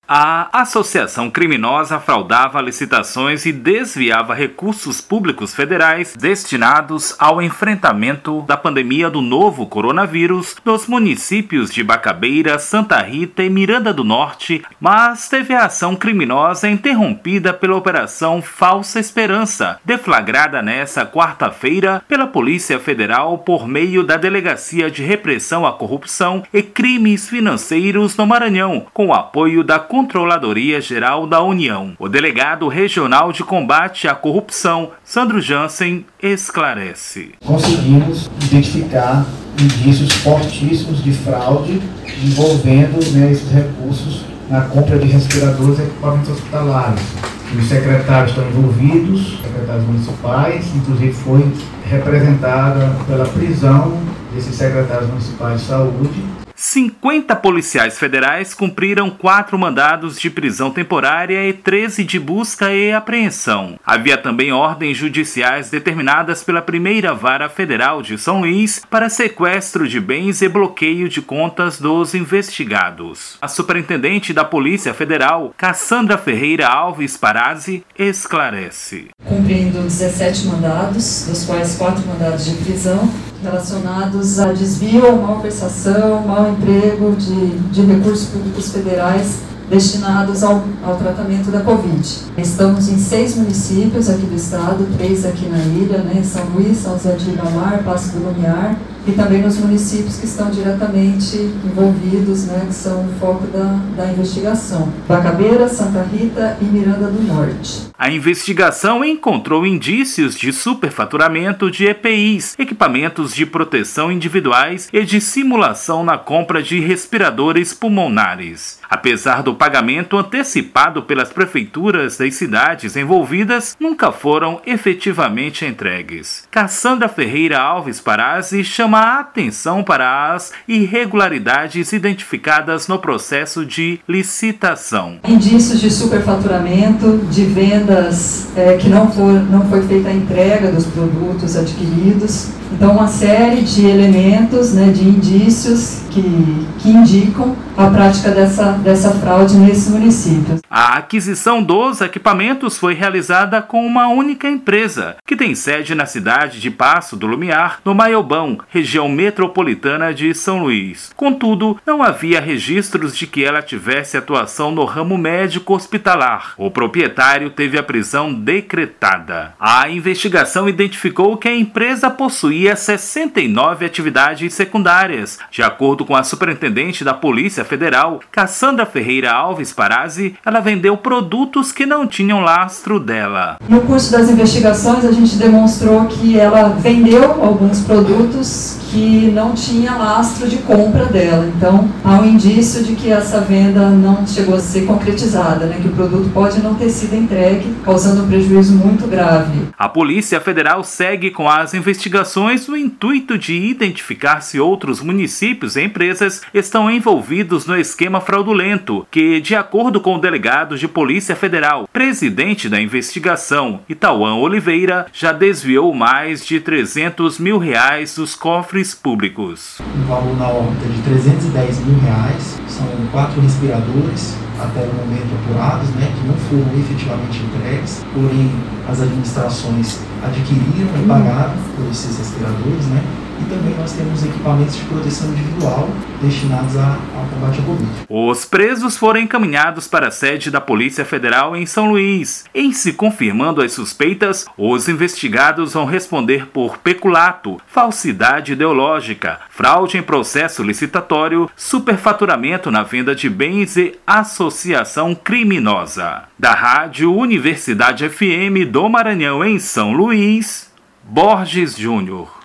A associação criminosa fraudava licitações e desviava recursos públicos federais destinados ao enfrentamento da pandemia do novo coronavírus nos municípios de Bacabeira, Santa Rita e Miranda do Norte, mas teve a ação criminosa interrompida pela Operação Falsa Esperança, deflagrada nesta quarta-feira pela Polícia Federal por meio da Delegacia de Repressão à Corrupção e Crimes Financeiros no Maranhão, com o apoio da Controladoria Geral da União. O delegado regional de combate à corrupção, Sandro Jansen, esclarece. Conseguimos identificar indícios fortíssimos de fraude envolvendo esses recursos na compra de respiradores e equipamentos hospitalares. Os secretários estão envolvidos, secretários municipais, inclusive foi representada pela prisão desses secretários municipais de saúde. 50 policiais federais cumpriram 4 mandados de prisão temporária e 13 de busca e apreensão. Havia também ordens judiciais determinadas pela Primeira Vara Federal de São Luís para sequestro de bens e bloqueio de contas dos investigados. A superintendente da Polícia Federal, Cassandra Ferreira Alves Parazzi, esclarece. Cumprindo 17 mandados, dos quais 4 mandados de prisão, relacionados a desvio ou malversação, mau emprego de recursos públicos federais destinados ao tratamento da Covid. Estamos em 6 municípios aqui do estado, 3 aqui na ilha, São Luís, São José de Ribamar, Passo do Lumiar, e também nos municípios que estão diretamente envolvidos, que são o foco da investigação. Bacabeira, Santa Rita e Miranda do Norte. A investigação encontrou indícios de superfaturamento de EPIs, equipamentos de proteção individuais e de simulação na compra de respiradores pulmonares. Apesar do pagamento antecipado pelas prefeituras das cidades envolvidas, nunca foram efetivamente entregues. Cassandra Ferreira Alves Parazzi chama a atenção para as irregularidades identificadas no processo de licitação. Indícios de superfaturamento, de vendas que não foi feita a entrega dos produtos adquiridos. Então, uma série de elementos, de indícios que indicam a prática dessa fraude nesse município. A aquisição dos equipamentos foi realizada com uma única empresa, que tem sede na cidade de Passo do Lumiar, no Maiobão, região metropolitana de São Luís. Contudo, não havia registros de que ela tivesse atuação no ramo médico hospitalar. O proprietário teve a prisão decretada. A investigação identificou que a empresa possuía 69 atividades secundárias. De acordo com a superintendente da Polícia Federal, Cassandra Ferreira Alves Parazzi, ela vendeu produtos que não tinham lastro dela. No curso das investigações, a gente demonstrou que ela vendeu alguns produtos que não tinha lastro de compra dela. Então, há um indício de que essa venda não chegou a ser concretizada, que o produto pode não ter sido entregue, causando um prejuízo muito grave. A Polícia Federal segue com as investigações no intuito de identificar se outros municípios e empresas estão envolvidos no esquema fraudulento, que, de acordo com o delegado de Polícia Federal, presidente da investigação, Itauã Oliveira, já desviou mais de R$300 mil dos cofres públicos. Um valor na órbita de R$310 mil, são 4 respiradores, até o momento apurados, que não foram efetivamente entregues, porém as administrações adquiriram e pagaram por esses respiradores, E também nós temos equipamentos de proteção individual destinados ao combate à Covid. Os presos foram encaminhados para a sede da Polícia Federal em São Luís. Em se confirmando as suspeitas, os investigados vão responder por peculato, falsidade ideológica, fraude em processo licitatório, superfaturamento na venda de bens e associação criminosa. Da Rádio Universidade FM do Maranhão em São Luís, Borges Júnior.